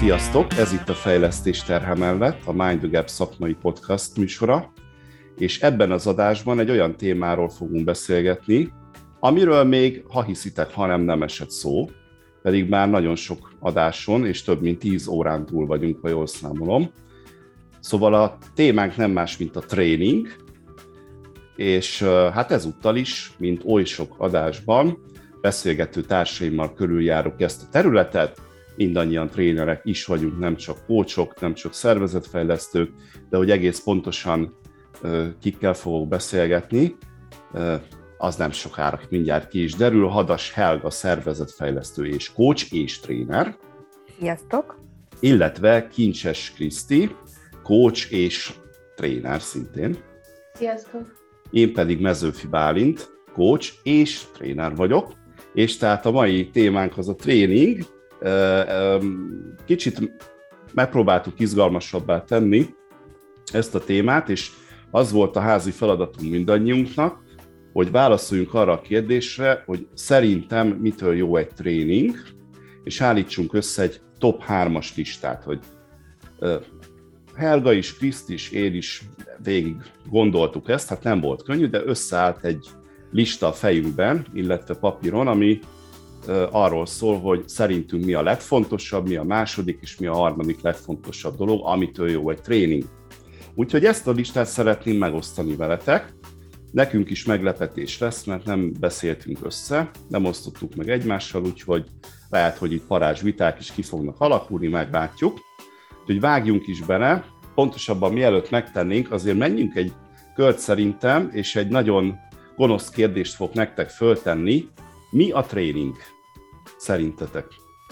Sziasztok! Ez itt a Fejlesztés terhe mellett, a Mind the Gap szakmai podcast műsora, és ebben az adásban egy olyan témáról fogunk beszélgetni, amiről még, ha hiszitek, ha nem esett szó, pedig már nagyon sok adáson és több mint 10 órán túl vagyunk, ha jól számolom. Szóval a témánk nem más, mint a tréning, és hát ezúttal is, mint oly sok adásban, beszélgető társaimmal körüljárok ezt a területet. Mindannyian trénerek is vagyunk, nem csak coachok, nem csak szervezetfejlesztők, de hogy egész pontosan kikkel fogok beszélgetni, az nem sokára mindjárt ki is derül. Hadas Helga szervezetfejlesztő és coach és tréner. Sziasztok! Illetve Kincses Kriszti, coach és tréner szintén. Sziasztok! Én pedig Mezőfi Bálint, coach és tréner vagyok, és tehát a mai témánk az a tréning. Kicsit megpróbáltuk izgalmasabbá tenni ezt a témát, és az volt a házi feladatunk mindannyiunknak, hogy válaszoljunk arra a kérdésre, hogy szerintem mitől jó egy tréning, és állítsunk össze egy top 3-as listát, hogy Helga is, Kriszt is, én is végig gondoltuk ezt, hát nem volt könnyű, de összeállt egy lista a fejünkben, illetve papíron, ami arról szól, hogy szerintünk mi a legfontosabb, mi a második és mi a harmadik legfontosabb dolog, amitől jó egy tréning. Úgyhogy ezt a listát szeretném megosztani veletek. Nekünk is meglepetés lesz, mert nem beszéltünk össze, nem osztottuk meg egymással, úgyhogy lehet, hogy itt parázsviták is ki fognak alakulni, meglátjuk. Úgyhogy vágjunk is bele, pontosabban mielőtt megtennénk, azért menjünk egy kört szerintem, és egy nagyon gonosz kérdést fog nektek föltenni. Mi a tréning szerintetek?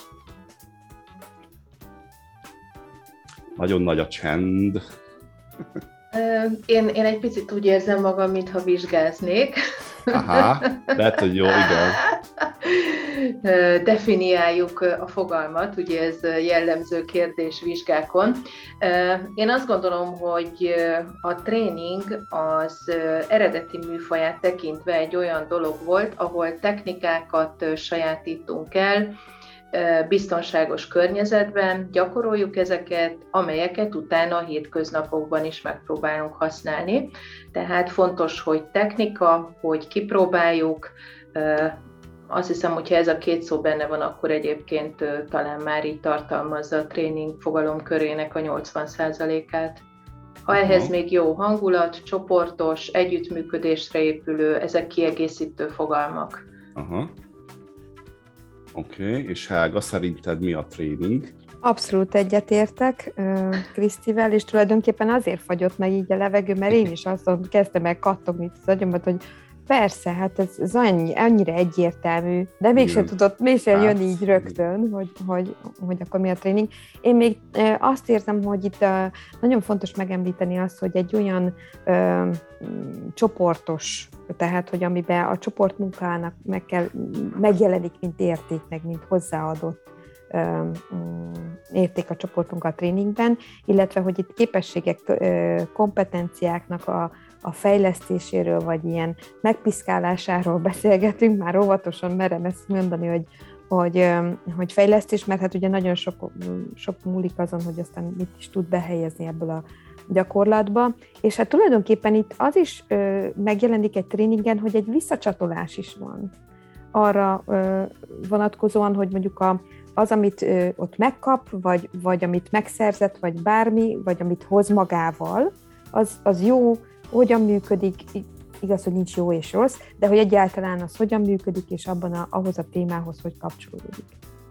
Nagyon nagy a csend. Én egy picit úgy érzem magam, mintha vizsgáznék. Aha, lehet, hogy jó, igen. Definiáljuk a fogalmat, ugye ez jellemző kérdés vizsgákon. Én azt gondolom, hogy a tréning az eredeti műfaját tekintve egy olyan dolog volt, ahol technikákat sajátítunk el, biztonságos környezetben gyakoroljuk ezeket, amelyeket utána a hétköznapokban is megpróbálunk használni. Tehát fontos, hogy technika, hogy kipróbáljuk. Azt hiszem, hogyha ez a két szó benne van, akkor egyébként talán már így tartalmazza a tréning fogalomkörének a 80%-át. Ha ehhez még jó hangulat, csoportos, együttműködésre épülő, ezek kiegészítő fogalmak. Aha. Oké, és Helga, szerinted mi a tréning? Abszolút egyetértek Krisztivel, és tulajdonképpen azért fagyott meg így a levegő, mert én is azt kezdtem el kattogni az agyamat, hogy persze, hát ez annyira egyértelmű, de mégsem jönni így rögtön, hogy akkor mi a tréning. Én még azt érzem, hogy itt nagyon fontos megemlíteni azt, hogy egy olyan csoportos, tehát, hogy amiben a csoportmunkának megjelenik, mint érték, meg mint hozzáadott érték a csoportunk a tréningben, illetve, hogy itt képességek, kompetenciáknak a fejlesztéséről, vagy ilyen megpiszkálásáról beszélgetünk, már óvatosan merem ezt mondani, hogy fejlesztés, mert hát ugye nagyon sok múlik azon, hogy aztán mit is tud behelyezni ebből a gyakorlatba, és hát tulajdonképpen itt az is megjelenik egy tréningen, hogy egy visszacsatolás is van arra vonatkozóan, hogy mondjuk az, amit ott megkap, vagy amit megszerzett, vagy bármi, vagy amit hoz magával, az jó, hogyan működik, igaz, hogy nincs jó és rossz, de hogy egyáltalán az hogyan működik, és abban ahhoz a témához, hogy kapcsolódik.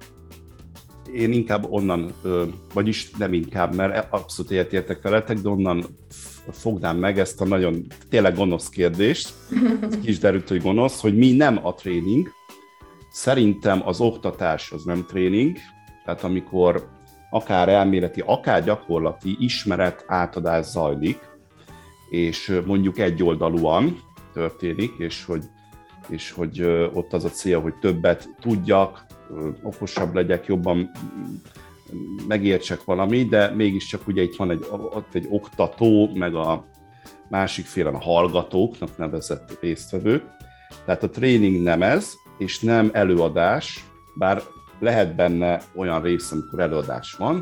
Én inkább onnan, vagyis nem inkább, mert abszolút egyetértek veletek, de onnan fognám meg ezt a nagyon tényleg gonosz kérdést, ki is derült, hogy gonosz, hogy mi nem a tréning. Szerintem az oktatás az nem tréning, tehát amikor akár elméleti, akár gyakorlati ismeret átadás zajlik, és mondjuk egyoldalúan történik, és hogy ott az a cél, hogy többet tudjak, okosabb legyek, jobban megértsek valami, de mégiscsak ugye itt van egy oktató, meg a másik félen a hallgatóknak nevezett résztvevők. Tehát a tréning nem ez, és nem előadás, bár lehet benne olyan rész, amikor előadás van,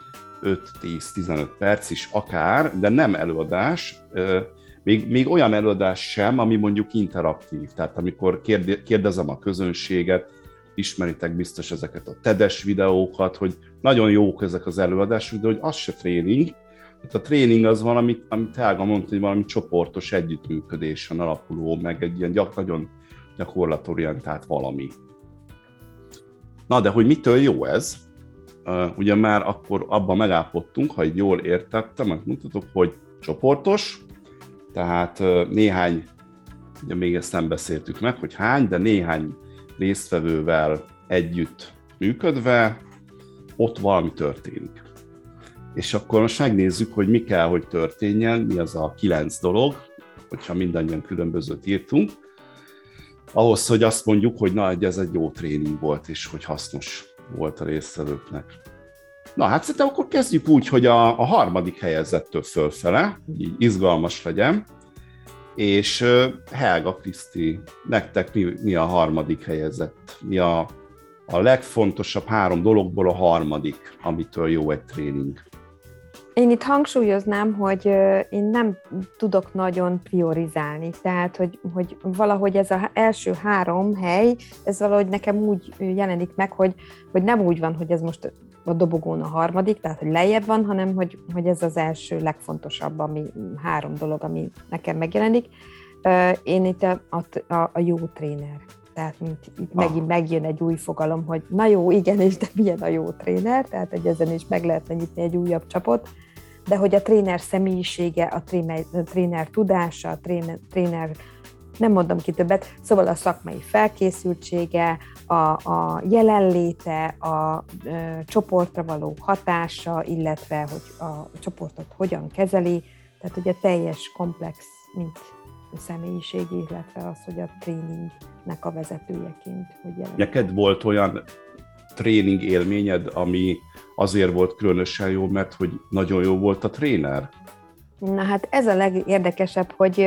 5-10-15 perc is akár, de nem előadás, még olyan előadás sem, ami mondjuk interaktív. Tehát amikor kérdezem a közönséget, ismeritek biztos ezeket a TED-es videókat, hogy nagyon jók ezek az előadások, de hogy az se tréning. Tehát a tréning az valami, amit Helga mondta, hogy valami csoportos együttműködésen alapuló, meg egy ilyen nagyon gyakorlatorientált valami. Na, de hogy mitől jó ez? Ugye már akkor abban megállapodtunk, ha jól értettem, azt mondhatok, hogy csoportos, tehát néhány, ugye még ezt nem beszéltük meg, hogy hány, de néhány résztvevővel együtt működve, ott valami történik. És akkor most megnézzük, hogy mi kell, hogy történjen, mi az a 9 dolog, hogyha mindannyian különbözőt írtunk, ahhoz, hogy azt mondjuk, hogy na, ez egy jó tréning volt, és hogy hasznos volt a résztvevőknek. Na, hát szerintem akkor kezdjük úgy, hogy a harmadik helyezettől fölfele, így izgalmas legyen, és Helga, Kriszti, nektek mi a harmadik helyezett? Mi a legfontosabb 3 dologból a harmadik, amitől jó egy tréning? Én itt hangsúlyoznám, hogy én nem tudok nagyon priorizálni, tehát hogy valahogy ez az első 3 hely, ez valahogy nekem úgy jelenik meg, hogy nem úgy van, hogy ez most a dobogón a harmadik, tehát hogy lejjebb van, hanem hogy ez az első legfontosabb, ami 3 dolog, ami nekem megjelenik. Én itt a jó tréner. Tehát itt megint megjön egy új fogalom, hogy na jó, igenis, de milyen a jó tréner, tehát hogy ezen is meg lehetne nyitni egy újabb csapot, de hogy a tréner személyisége, a tréner tudása, a tréner, nem mondom ki többet, szóval a szakmai felkészültsége, a jelenléte, a csoportra való hatása, illetve hogy a csoportot hogyan kezeli, tehát hogy a teljes komplex, mint személyiség, illetve az, hogy a tréningnek a vezetőjeként hogy jelenik. Neked volt olyan tréning élményed, ami azért volt különösen jó, mert hogy nagyon jó volt a tréner? Na hát ez a legérdekesebb, hogy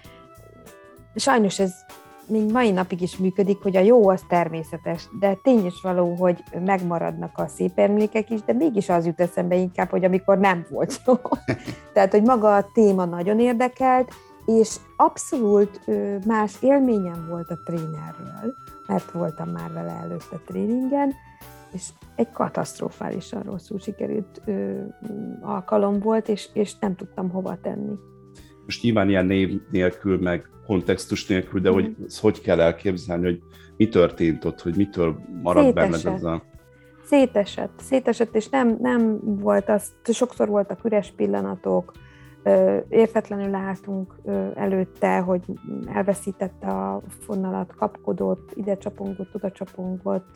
sajnos ez még mai napig is működik, hogy a jó az természetes, de tény is való, hogy megmaradnak a szép emlékek is, de mégis az jut eszembe inkább, hogy amikor nem volt jó. Tehát, hogy maga a téma nagyon érdekelt, és abszolút más élményem volt a trénerről, mert voltam már vele előtte tréningen, és egy katasztrofálisan rosszul sikerült alkalom volt, és nem tudtam hova tenni. Most nyilván ilyen név nélkül, meg kontextus nélkül, de hogy kell elképzelni, hogy mi történt ott, hogy mitől maradt benned ez a... Szétesett, és nem volt az, sokszor voltak üres pillanatok, értetlenül álltunk előtte, hogy elveszítette a fonalat, kapkodott, ide csapongott, oda csapongott,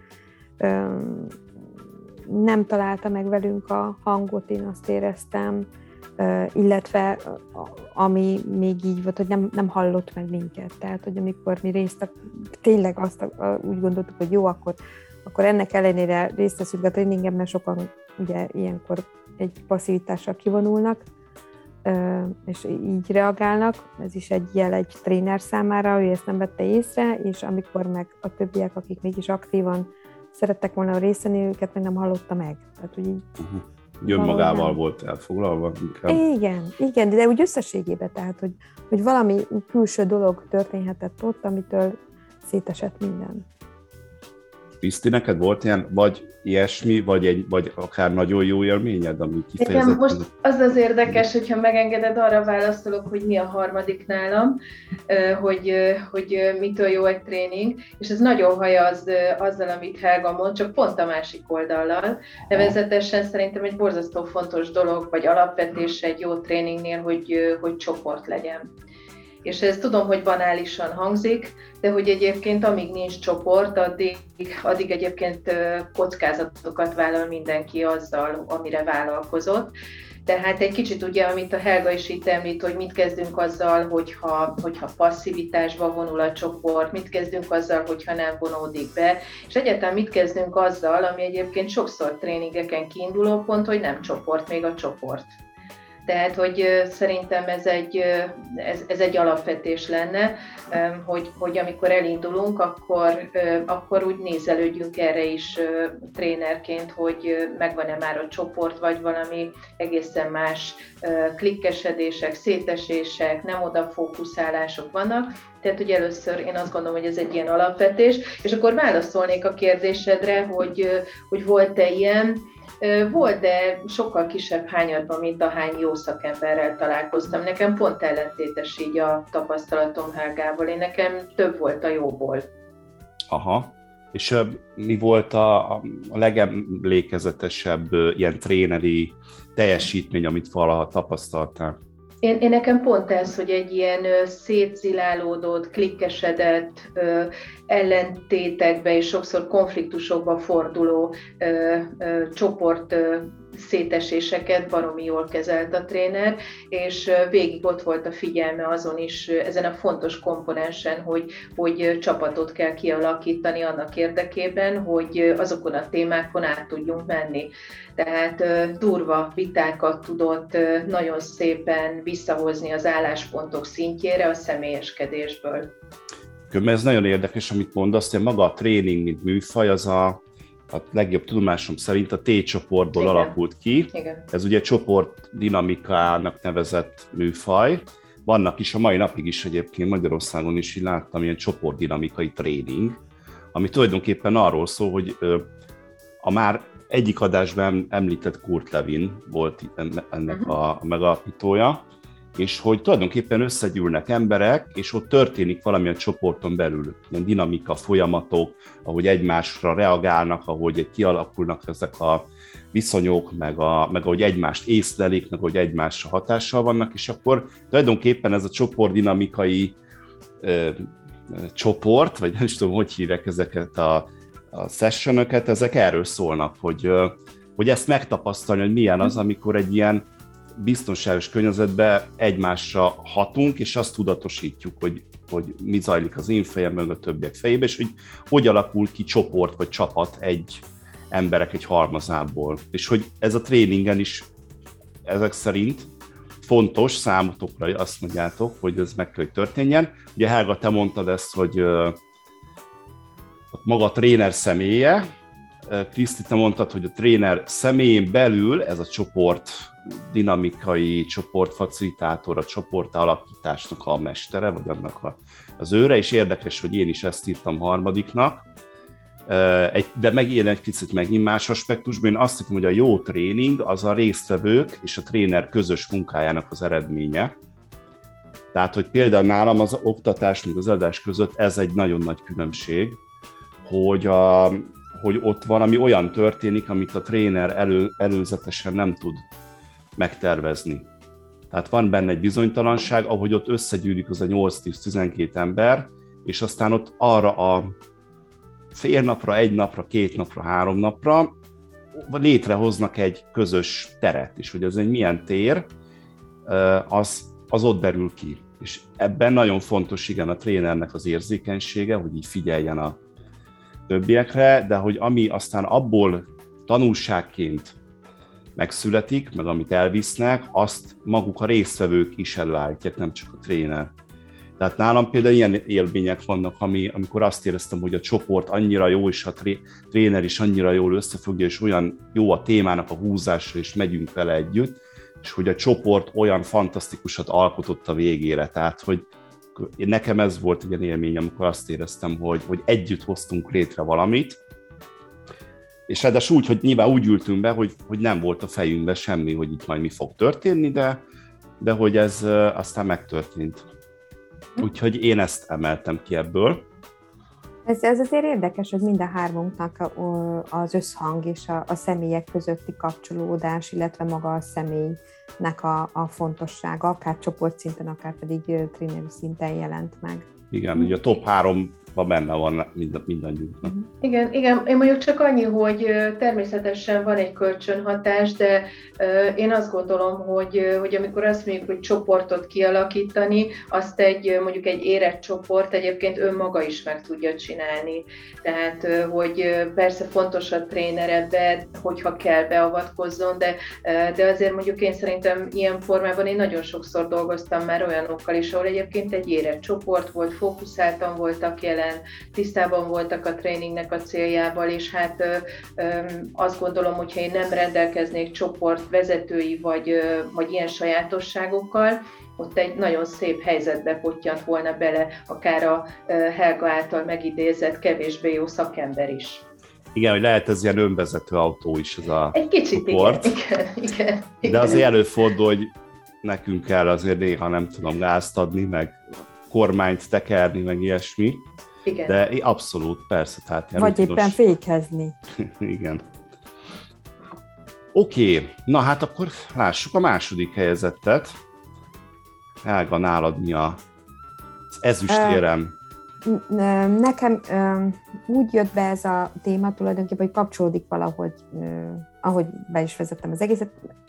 nem találta meg velünk a hangot, én azt éreztem, illetve ami még így volt, hogy nem hallott meg minket. Tehát, hogy amikor mi tényleg úgy gondoltuk, hogy jó, akkor ennek ellenére részt veszünk a tréningen, mert sokan ugye ilyenkor egy passzivitással kivonulnak, és így reagálnak. Ez is egy jel egy tréner számára, ő ezt nem vette észre, és amikor meg a többiek, akik mégis aktívan szerettek volna részt venni, őket meg nem hallotta meg. Tehát, hogy így önmagával volt elfoglalva inkább. Igen, de úgy összességében, tehát, hogy valami külső dolog történhetett ott, amitől szétesett minden. Kriszti, neked volt ilyen, vagy ilyesmi, vagy akár nagyon jó élményed, ami kifejezetten... Nekem most az érdekes, hogyha megengeded, arra válaszolok, hogy mi a harmadik nálam, hogy mitől jó egy tréning, és ez nagyon hajaz azzal, amit Helga mond, csak pont a másik oldallal. Nevezetesen szerintem egy borzasztó fontos dolog, vagy alapvetés egy jó tréningnél, hogy csoport legyen. És ez tudom, hogy banálisan hangzik, de hogy egyébként amíg nincs csoport, addig egyébként kockázatokat vállal mindenki azzal, amire vállalkozott. Tehát egy kicsit ugye, amit a Helga is itt említ, hogy mit kezdünk azzal, hogyha passzivitásba vonul a csoport, mit kezdünk azzal, hogyha nem vonódik be, és egyáltalán mit kezdünk azzal, ami egyébként sokszor tréningeken kiinduló pont, hogy nem csoport, még a csoport. Tehát, hogy szerintem ez egy alapvetés lenne, hogy amikor elindulunk, akkor úgy nézelődjünk erre is trénerként, hogy megvan-e már a csoport, vagy valami egészen más klikkesedések, szétesések, nem oda fókuszálások vannak. Tehát, hogy először én azt gondolom, hogy ez egy ilyen alapvetés, és akkor válaszolnék a kérdésedre, hogy volt-e ilyen. Volt, de sokkal kisebb hányadban, mint ahány jó szakemberrel találkoztam. Nekem pont ellentétes így a tapasztalatom Helgával. Nekem több volt a jóból. Aha. És mi volt a legemlékezetesebb ilyen tréneri teljesítmény, amit valaha tapasztaltál? Én nekem pont ez, hogy egy ilyen szétzilálódott, klikkesedett, ellentétekbe és sokszor konfliktusokba forduló csoport széteséseket baromi jól kezelt a tréner, és végig ott volt a figyelme azon is, ezen a fontos komponensen, hogy csapatot kell kialakítani annak érdekében, hogy azokon a témákon át tudjunk menni. Tehát durva vitákat tudott nagyon szépen visszahozni az álláspontok szintjére a személyeskedésből. Ez nagyon érdekes, amit mondasz, hogy maga a tréning, mint műfaj, az a legjobb tudomásom szerint a T-csoportból Igen. alakult ki. Igen. Ez ugye csoport dinamikának nevezett műfaj. Vannak is a mai napig is egyébként Magyarországon is, így láttam ilyen csoportdinamikai tréning, ami tulajdonképpen arról szól, hogy a már egyik adásban említett Kurt Lewin volt ennek a megalapítója, és hogy tulajdonképpen összegyűlnek emberek, és ott történik valamilyen csoporton belül, ilyen dinamika, folyamatok, ahogy egymásra reagálnak, ahogy kialakulnak ezek a viszonyok, meg ahogy egymást észlelik, meg ahogy egymásra hatással vannak, és akkor tulajdonképpen ez a csoportdinamikai csoport, vagy nem is tudom, hogy hívják ezeket a sessionöket, ezek erről szólnak, hogy ezt megtapasztalni, hogy milyen az, amikor egy ilyen biztonságos környezetben egymásra hatunk, és azt tudatosítjuk, hogy mi zajlik az én fejemben, a többiek fejében, és hogy alakul ki csoport vagy csapat egy emberek egy halmazából. És hogy ez a tréningen is ezek szerint fontos számotokra, azt mondjátok, hogy ez meg kell, hogy történjen. Ugye Helga, te mondtad ezt, hogy maga a tréner személye, Kriszti, te mondtad, hogy a tréner személyén belül ez a csoport dinamikai, csoportfacilitátor, a csoport alakításnak a mestere, vagy annak az őre, és érdekes, hogy én is ezt írtam harmadiknak, de megint egy picit megint más aspektusban. Én azt hiszem, hogy a jó tréning az a résztvevők és a tréner közös munkájának az eredménye. Tehát, hogy például nálam az oktatás, meg az adás között ez egy nagyon nagy különbség, hogy ott valami olyan történik, amit a tréner előzetesen nem tud megtervezni. Tehát van benne egy bizonytalanság, ahogy ott összegyűlik az a 8-10-12 ember, és aztán ott arra a fél napra, egy napra, 2 napra, 3 napra létrehoznak egy közös teret, és hogy ez egy milyen tér, az ott derül ki. És ebben nagyon fontos, igen, a trénernek az érzékenysége, hogy így figyeljen a többiekre, de hogy ami aztán abból tanulságként megszületik, meg amit elvisznek, azt maguk a résztvevők is előállítják, nem csak a tréner. Tehát nálam például ilyen élmények vannak, amikor azt éreztem, hogy a csoport annyira jó, és a tréner is annyira jól összefogja, és olyan jó a témának a húzása, és megyünk vele együtt, és hogy a csoport olyan fantasztikusat alkotott a végére. Tehát, hogy nekem ez volt egy ilyen élmény, amikor azt éreztem, hogy együtt hoztunk létre valamit, és ráadásul úgy, hogy nyilván úgy ültünk be, hogy nem volt a fejünkben semmi, hogy itt majd mi fog történni, de hogy ez aztán megtörtént. Úgyhogy én ezt emeltem ki ebből. Ez azért érdekes, hogy mind a hármunknak az összhang és a személyek közötti kapcsolódás, illetve maga a személynek a fontossága, akár csoportszinten, akár pedig tréneri szinten jelent meg. Igen, ugye a top 3 csoportban benne van mindannyiunknak. Igen, én mondjuk csak annyi, hogy természetesen van egy kölcsönhatás, de én azt gondolom, hogy amikor azt mondjuk, hogy csoportot kialakítani, azt mondjuk egy érett csoport egyébként önmaga is meg tudja csinálni. Tehát, hogy persze fontos a tréner ebbe, hogyha kell beavatkozzon, de azért mondjuk én szerintem ilyen formában én nagyon sokszor dolgoztam már olyanokkal is, ahol egyébként egy érett csoport volt, fókuszáltan voltak jelen, tisztában voltak a tréningnek a céljával, és hát azt gondolom, hogyha én nem rendelkeznék csoport vezetői vagy ilyen sajátosságokkal, ott egy nagyon szép helyzetbe pottyant volna bele akár a Helga által megidézett kevésbé jó szakember is. Igen, hogy lehet ez ilyen önvezető autó is ez a egy kicsit, csoport. Igen. De azért előfordul, hogy nekünk kell azért néha, nem tudom, gázt adni, meg kormányt tekerni, meg ilyesmi. Igen. De abszolút, persze. Tehát vagy éppen fékezni. Igen. Oké, na hát akkor lássuk a második helyezettet. Helga, nálad mi az ezüstérem? Nekem úgy jött be ez a téma tulajdonképpen, hogy kapcsolódik valahogy, ahogy be is vezettem az egészet,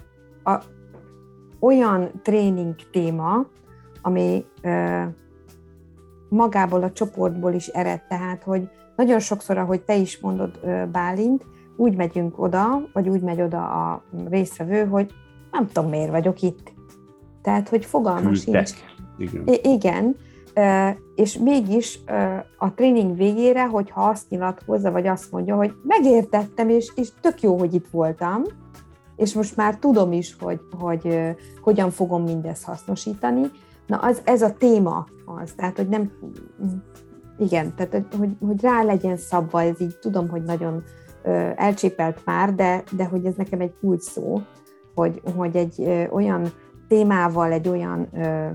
olyan tréning téma, ami magából a csoportból is ered, tehát, hogy nagyon sokszor, ahogy te is mondod, Bálint, úgy megyünk oda, vagy úgy megy oda a résztvevő, hogy nem tudom, miért vagyok itt. Tehát, hogy fogalma sincs. Igen. És mégis a tréning végére, hogyha azt nyilatkozza, vagy azt mondja, hogy megértettem, és tök jó, hogy itt voltam, és most már tudom is, hogy hogyan fogom mindezt hasznosítani. Na, ez a téma az, tehát, hogy nem, igen, tehát, hogy rá legyen szabva, ez így tudom, hogy nagyon elcsépelt már, de hogy ez nekem egy kulcs szó, hogy egy olyan témával, egy olyan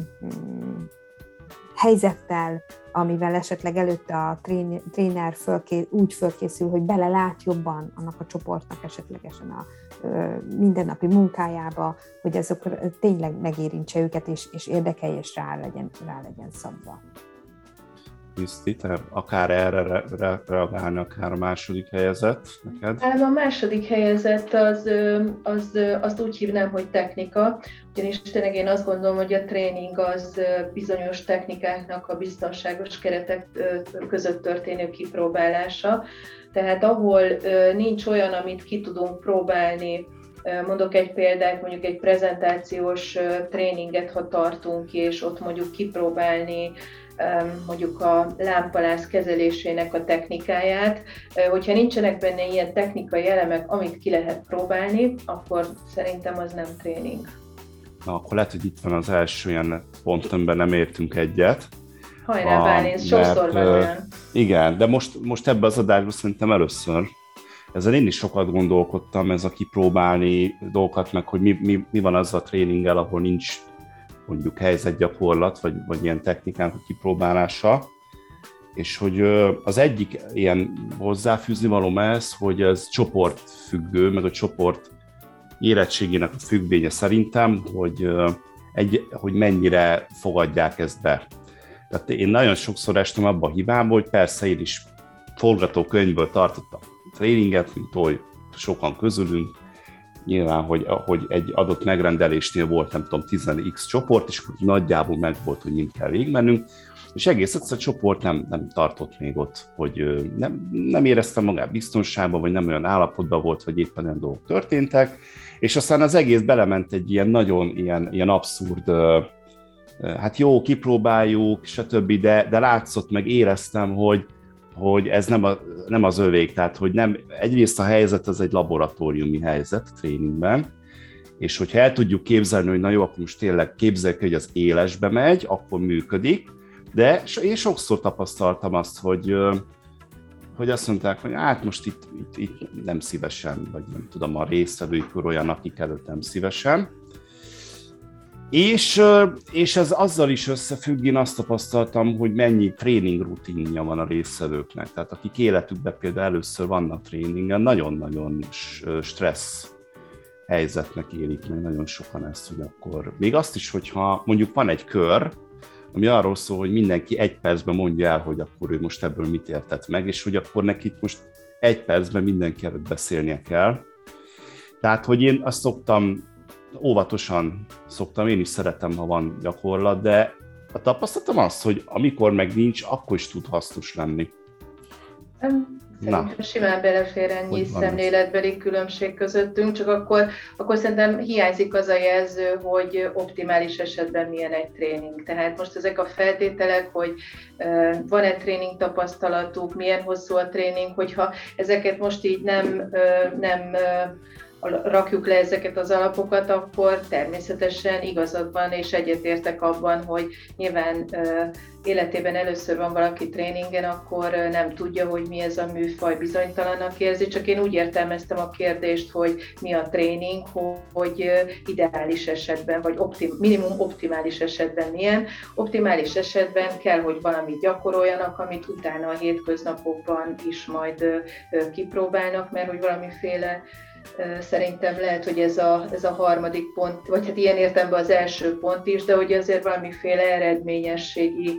helyzettel, amivel esetleg előtte a tréner úgy fölkészül, hogy belelát jobban annak a csoportnak esetlegesen a mindennapi munkájába, hogy azok tényleg megérintse őket, és érdekelj, és rá legyen szabva. Kriszti, te akár erre reagálni, akár a második helyezett neked? A második helyezett azt úgy hívnám, hogy technika, ugyanis tényleg én azt gondolom, hogy a tréning az bizonyos technikáknak a biztonságos keretek között történő kipróbálása. Tehát ahol nincs olyan, amit ki tudunk próbálni, mondok egy példát, mondjuk egy prezentációs tréninget, ha tartunk, és ott mondjuk kipróbálni mondjuk a lámpalász kezelésének a technikáját. Hogyha nincsenek benne ilyen technikai elemek, amit ki lehet próbálni, akkor szerintem az nem tréning. Na, akkor lehet, hogy itt van az első ilyen pont, amiben nem értünk egyet. Hajrá, Bálint, sokszor van olyan. Igen, de most ebben az adásban szerintem először. Ezzel én is sokat gondolkodtam, ez a kipróbálni dolgokat, meg hogy mi van az a tréninggel, ahol nincs mondjuk helyzetgyakorlat, vagy ilyen technikánk a kipróbálása, és hogy az egyik ilyen hozzáfűzni valóm ez, hogy ez csoportfüggő, meg a csoport érettségének a függvénye szerintem, hogy mennyire fogadják ezt be. Tehát én nagyon sokszor estem abba a hibába, hogy persze én is forgatókönyvből tartottam tréninget, mint oly sokan közülünk, nyilván, hogy egy adott megrendelésnél volt, nem tudom, 10x csoport, és akkor nagyjából meg volt, hogy mind kell végigmennünk, és egész egyszer a csoport nem tartott még ott, hogy nem éreztem magát biztonságban, vagy nem olyan állapotban volt, vagy éppen olyan dolgok történtek, és aztán az egész belement egy ilyen nagyon ilyen abszurd, hát jó, kipróbáljuk, stb., de látszott, meg éreztem, hogy ez nem az övék, tehát hogy nem, egyrészt a helyzet az egy laboratóriumi helyzet a tréningben, és hogyha el tudjuk képzelni, hogy na jó, akkor most tényleg képzeljük, hogy az élesbe megy, akkor működik, de én sokszor tapasztaltam azt, hogy azt mondták, hogy hát most itt nem szívesen, vagy nem tudom, a résztvevők olyan, akik előtt nem szívesen. És ez azzal is összefügg, én azt tapasztaltam, hogy mennyi tréning rutinja van a résztvevőknek. Tehát akik életükben például először vannak tréningen, nagyon-nagyon stressz helyzetnek élik meg nagyon sokan ezt, hogy akkor még azt is, hogyha mondjuk van egy kör, ami arról szól, hogy mindenki 1 percben mondja el, hogy akkor ő most ebből mit értett meg, és hogy akkor neki most 1 percben mindenki előtt beszélnie kell. Tehát, hogy én azt óvatosan szoktam, én is szeretem, ha van gyakorlat, de a tapasztalatom az, hogy amikor meg nincs, akkor is tud hasznos lenni. Szerintem simán belefér ennyi szemléletbeli különbség közöttünk, csak akkor szerintem hiányzik az a jelző, hogy optimális esetben milyen egy tréning. Tehát most ezek a feltételek, hogy van-e tréning tapasztalatuk, milyen hosszú a tréning, hogyha ezeket most így nem rakjuk le ezeket az alapokat, akkor természetesen igazad van, és egyetértek abban, hogy nyilván életében először van valaki tréningen, akkor nem tudja, hogy mi ez a műfaj, bizonytalannak érzi, csak én úgy értelmeztem a kérdést, hogy mi a tréning, hogy ideális esetben, vagy minimum optimális esetben milyen. Optimális esetben kell, hogy valamit gyakoroljanak, amit utána a hétköznapokban is majd kipróbálnak, mert hogy valamiféle szerintem lehet, hogy ez a harmadik pont, vagy hát ilyen értelemben az első pont is, de hogy azért valamiféle eredményességi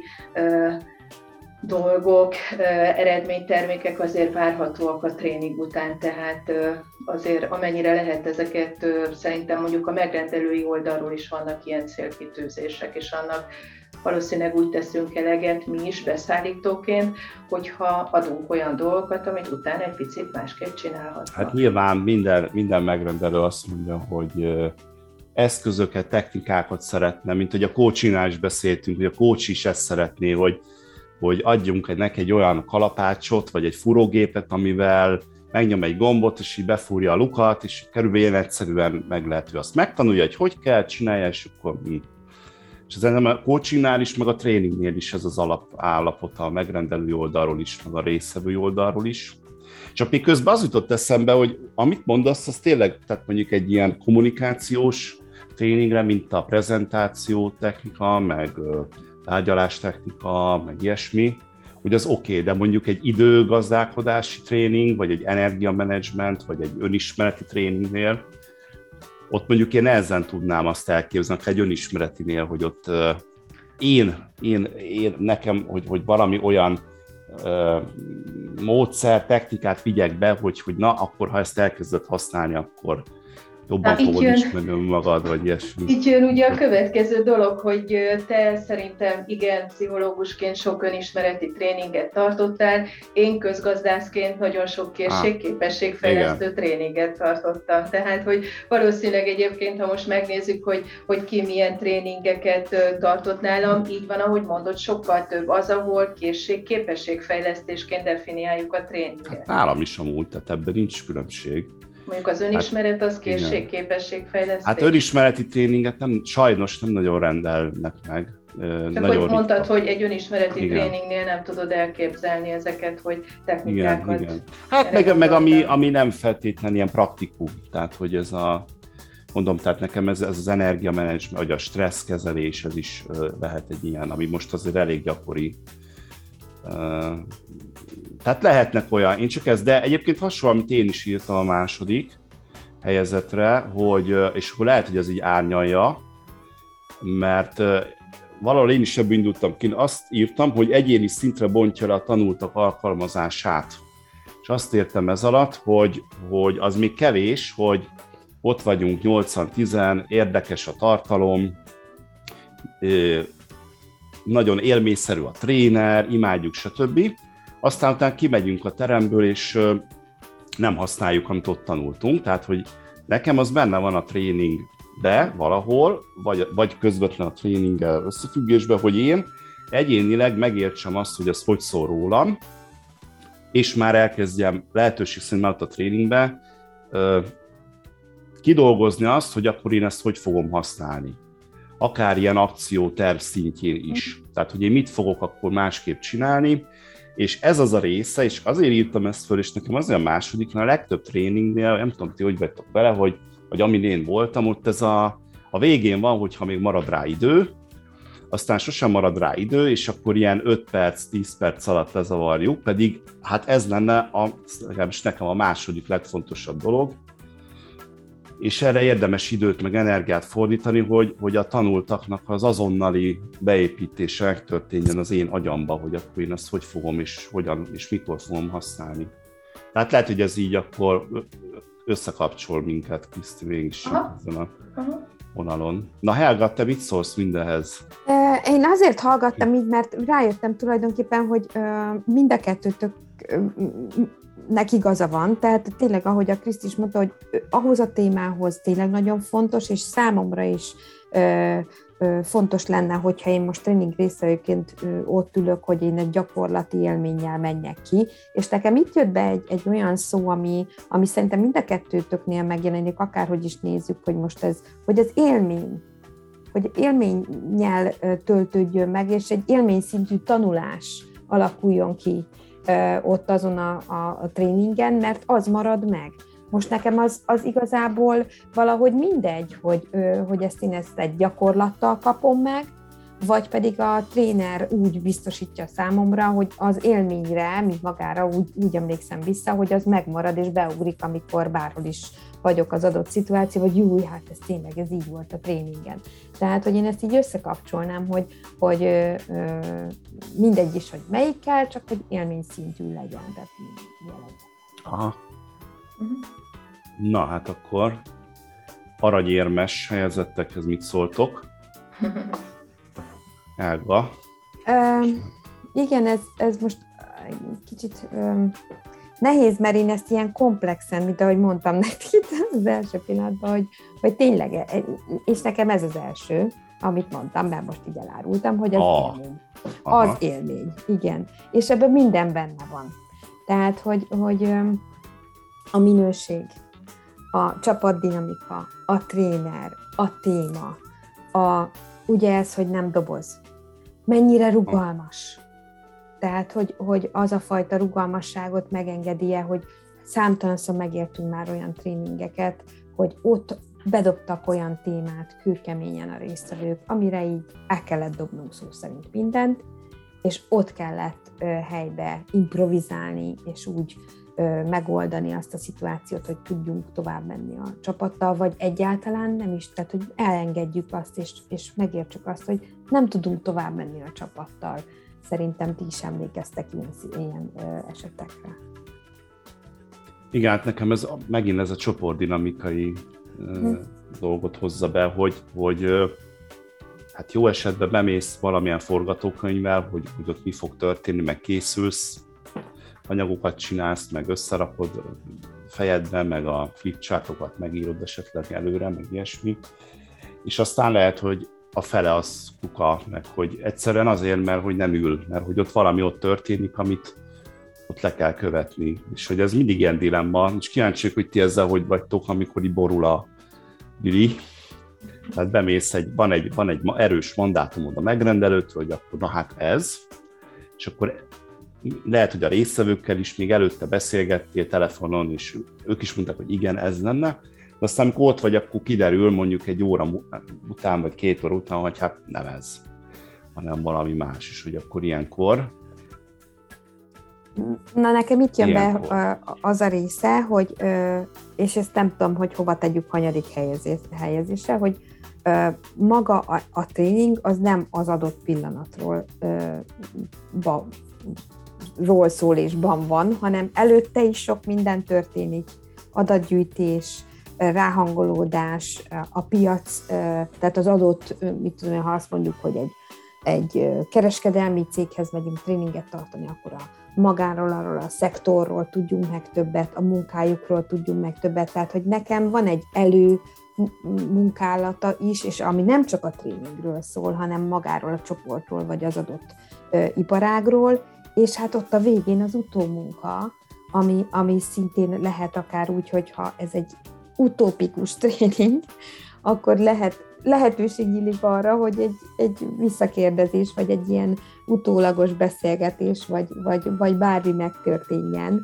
dolgok, eredménytermékek azért várhatóak a tréning után, tehát azért amennyire lehet ezeket, szerintem mondjuk a megrendelői oldalról is vannak ilyen célkitűzések, és annak valószínűleg úgy teszünk eleget mi is beszállítóként, hogyha adunk olyan dolgokat, amit utána egy picit másképp csinálhatnak. Hát nyilván minden megrendelő azt mondja, hogy eszközöket, technikákat szeretne, mint hogy a coachinál is beszéltünk, hogy a coach is ezt szeretné, hogy adjunk neki egy olyan kalapácsot, vagy egy fúrógépet, amivel megnyom egy gombot, és így befúrja a lukat, és körülbelül egyszerűen meg lehet, hogy azt megtanulja, hogy kell csinálja, és akkor és ez a coachingnál is, meg a tréningnél is ez az alapállapota a megrendelő oldalról is, meg a résztvevő oldalról is. Csak még közben az jutott eszembe, hogy amit mondasz, az tényleg, tehát mondjuk egy ilyen kommunikációs tréningre, mint a prezentáció technika, meg tárgyalás technika, meg ilyesmi, hogy az oké, de mondjuk egy időgazdálkodási tréning, vagy egy energiamenedzsment, vagy egy önismereti tréningnél, ott mondjuk én nehezen tudnám azt elképzelni, egy önismeretinél, hogy ott nekem, hogy valami olyan módszer, technikát vigyek be, hogy na, akkor ha ezt elkezded használni, akkor jobban fogod ismerni magad, vagy ilyesmi. Itt jön ugye a következő dolog, hogy te szerintem igen, pszichológusként sok önismereti tréninget tartottál, én közgazdászként nagyon sok készségképességfejlesztő tréninget tartottam. Tehát, hogy valószínűleg egyébként, ha most megnézzük, hogy ki milyen tréningeket tartott nálam, így van, ahogy mondod, sokkal több az, ahol készségképességfejlesztésként definiáljuk a tréninget. Hát nálam is amúgy, tehát ebben nincs különbség. Mondjuk az önismeret az készségképességfejlesztés. Hát önismereti tréninget sajnos nem nagyon rendelnek meg. Csak hogy mondtad, hogy egy önismereti tréningnél nem tudod elképzelni ezeket, hogy technikákat... Igen. Hát meg ami nem feltétlenül ilyen praktikum. Tehát, hogy ez tehát nekem ez az energiamenedzsment, vagy a stresszkezelés, ez is lehet egy ilyen, ami most azért elég gyakori. Tehát lehetnek olyan, én csak de egyébként hasonló, amit én is írtam a második helyezetre, és akkor lehet, hogy ez így árnyalja, mert valahol én is ebből indultam ki, azt írtam, hogy egyéni szintre bontja le a tanultak alkalmazását. És azt értem ez alatt, hogy az még kevés, hogy ott vagyunk 80-10, érdekes a tartalom, nagyon élményszerű a tréner, imádjuk, stb. Aztán utána kimegyünk a teremből, és nem használjuk, amit ott tanultunk. Tehát, hogy nekem az benne van a tréningbe valahol, vagy közvetlen a tréninggel összefüggésben, hogy én egyénileg megértsem azt, hogy ez hogy szól rólam, és már elkezdjem lehetőség szerint már ott a tréningbe kidolgozni azt, hogy akkor én ezt hogy fogom használni. Akár ilyen akcióterv szintjén is. Tehát, hogy én mit fogok akkor másképp csinálni, és ez az a része, és azért írtam ezt föl, és nekem azért a másodiknál, a legtöbb tréningnél, nem tudom, ti hogy vagytok vele, hogy amin én voltam, ott ez a végén van, hogyha még marad rá idő, aztán sosem marad rá idő, és akkor ilyen 5 perc, 10 perc alatt lezavarjuk, pedig hát ez lenne legalábbis nekem a második legfontosabb dolog, és erre érdemes időt meg energiát fordítani, hogy a tanultaknak az azonnali beépítése megtörténjen az én agyamba, hogy akkor én ezt hogy fogom, és hogyan, és mikor fogom használni. Tehát lehet, hogy ez így akkor összekapcsol minket, Kriszti, mégis ezen a vonalon. Na Helga, te mit szólsz mindenhez? Én azért hallgattam így, mert rájöttem tulajdonképpen, hogy mind a kettőtöknek igaza van, tehát tényleg, ahogy a Kriszti is mondta, hogy ahhoz a témához tényleg nagyon fontos, és számomra is fontos lenne, hogyha én most tréning résztvevőként ott ülök, hogy én egy gyakorlati élménnyel menjek ki, és nekem itt jött be egy olyan szó, ami szerintem mind a kettőtöknél megjelenik, akárhogy is nézzük, hogy most hogy az élmény, hogy élménnyel töltődjön meg, és egy élményszintű tanulás alakuljon ki ott azon a tréningen, mert az marad meg. Most nekem az igazából valahogy mindegy, hogy ezt egy gyakorlattal kapom meg, vagy pedig a tréner úgy biztosítja számomra, hogy az élményre, mint magára úgy emlékszem vissza, hogy az megmarad és beugrik, amikor bárhol is vagyok az adott szituáció, vagy hát ez így volt a tréningen. Tehát, hogy én ezt így összekapcsolnám, hogy mindegy is, hogy melyikkel, csak hogy élményszintű legyen. Tehát legyen. Aha. Na, hát akkor aranyérmes helyezettekhez mit szóltok? Helga? Igen, ez most kicsit nehéz, mert én ezt ilyen komplexen, mint ahogy mondtam nekik az első pillanatban, hogy tényleg, és nekem ez az első, amit mondtam, mert most így elárultam, hogy az élmény. Az élmény, igen. És ebben minden benne van. Tehát, hogy a minőség, a csapatdinamika, a tréner, a téma, ugye ez, hogy nem doboz. Mennyire rugalmas. Tehát, hogy az a fajta rugalmasságot megengedi-e, hogy számtalanszor megértünk már olyan tréningeket, hogy ott bedobtak olyan témát kőkeményen a résztvevők, amire így el kellett dobnunk szó szerint mindent, és ott kellett helybe improvizálni, és úgy megoldani azt a szituációt, hogy tudjunk tovább menni a csapattal, vagy egyáltalán nem is, tehát hogy elengedjük azt, és megértsük azt, hogy nem tudunk tovább menni a csapattal. Szerintem ti is emlékeztek ilyen esetekre. Igen, hát nekem megint ez a csoportdinamikai dolgot hozza be, hogy hát jó esetben bemész valamilyen forgatókönyvvel, hogy ott mi fog történni, meg készülsz, anyagokat csinálsz, meg összerakod fejedben, meg a flipchartokat megírod esetleg előre, meg ilyesmi. És aztán lehet, hogy a fele az kuka, meg hogy egyszerűen azért, mert hogy nem ül, mert hogy ott valami ott történik, amit ott le kell követni. És hogy ez mindig ilyen dilemma, és kíváncsiak, hogy ti ezzel hogy vagytok, amikor így borul a bili. Tehát bemész, van egy erős mandátumod a megrendelőtől, hogy akkor na hát ez, és akkor lehet, hogy a résztvevőkkel is még előtte beszélgettél telefonon, és ők is mondták, hogy igen, ez lenne, de aztán amikor ott vagy, akkor kiderül mondjuk egy óra után, vagy 2 óra után, hogy hát nem ez, hanem valami más, és hogy akkor ilyenkor... Na nekem itt jön be az a része, hogy, és ezt nem tudom, hogy hova tegyük hanyadik helyezésre, hogy maga a tréning az nem az adott pillanatról szól és van, hanem előtte is sok minden történik, adatgyűjtés, ráhangolódás, a piac, tehát az adott, mit tudom, ha azt mondjuk, hogy egy kereskedelmi céghez megyünk tréninget tartani, akkor magáról, arról a szektorról tudjunk meg többet, a munkájukról tudjunk meg többet, tehát hogy nekem van egy munkálata is, és ami nem csak a tréningről szól, hanem magáról a csoportról, vagy az adott iparágról, és hát ott a végén az utómunka, ami szintén lehet akár úgy, hogyha ez egy utópikus tréning, akkor lehetőség nyílik arra, hogy egy visszakérdezés, vagy egy ilyen utólagos beszélgetés, vagy bármi megtörténjen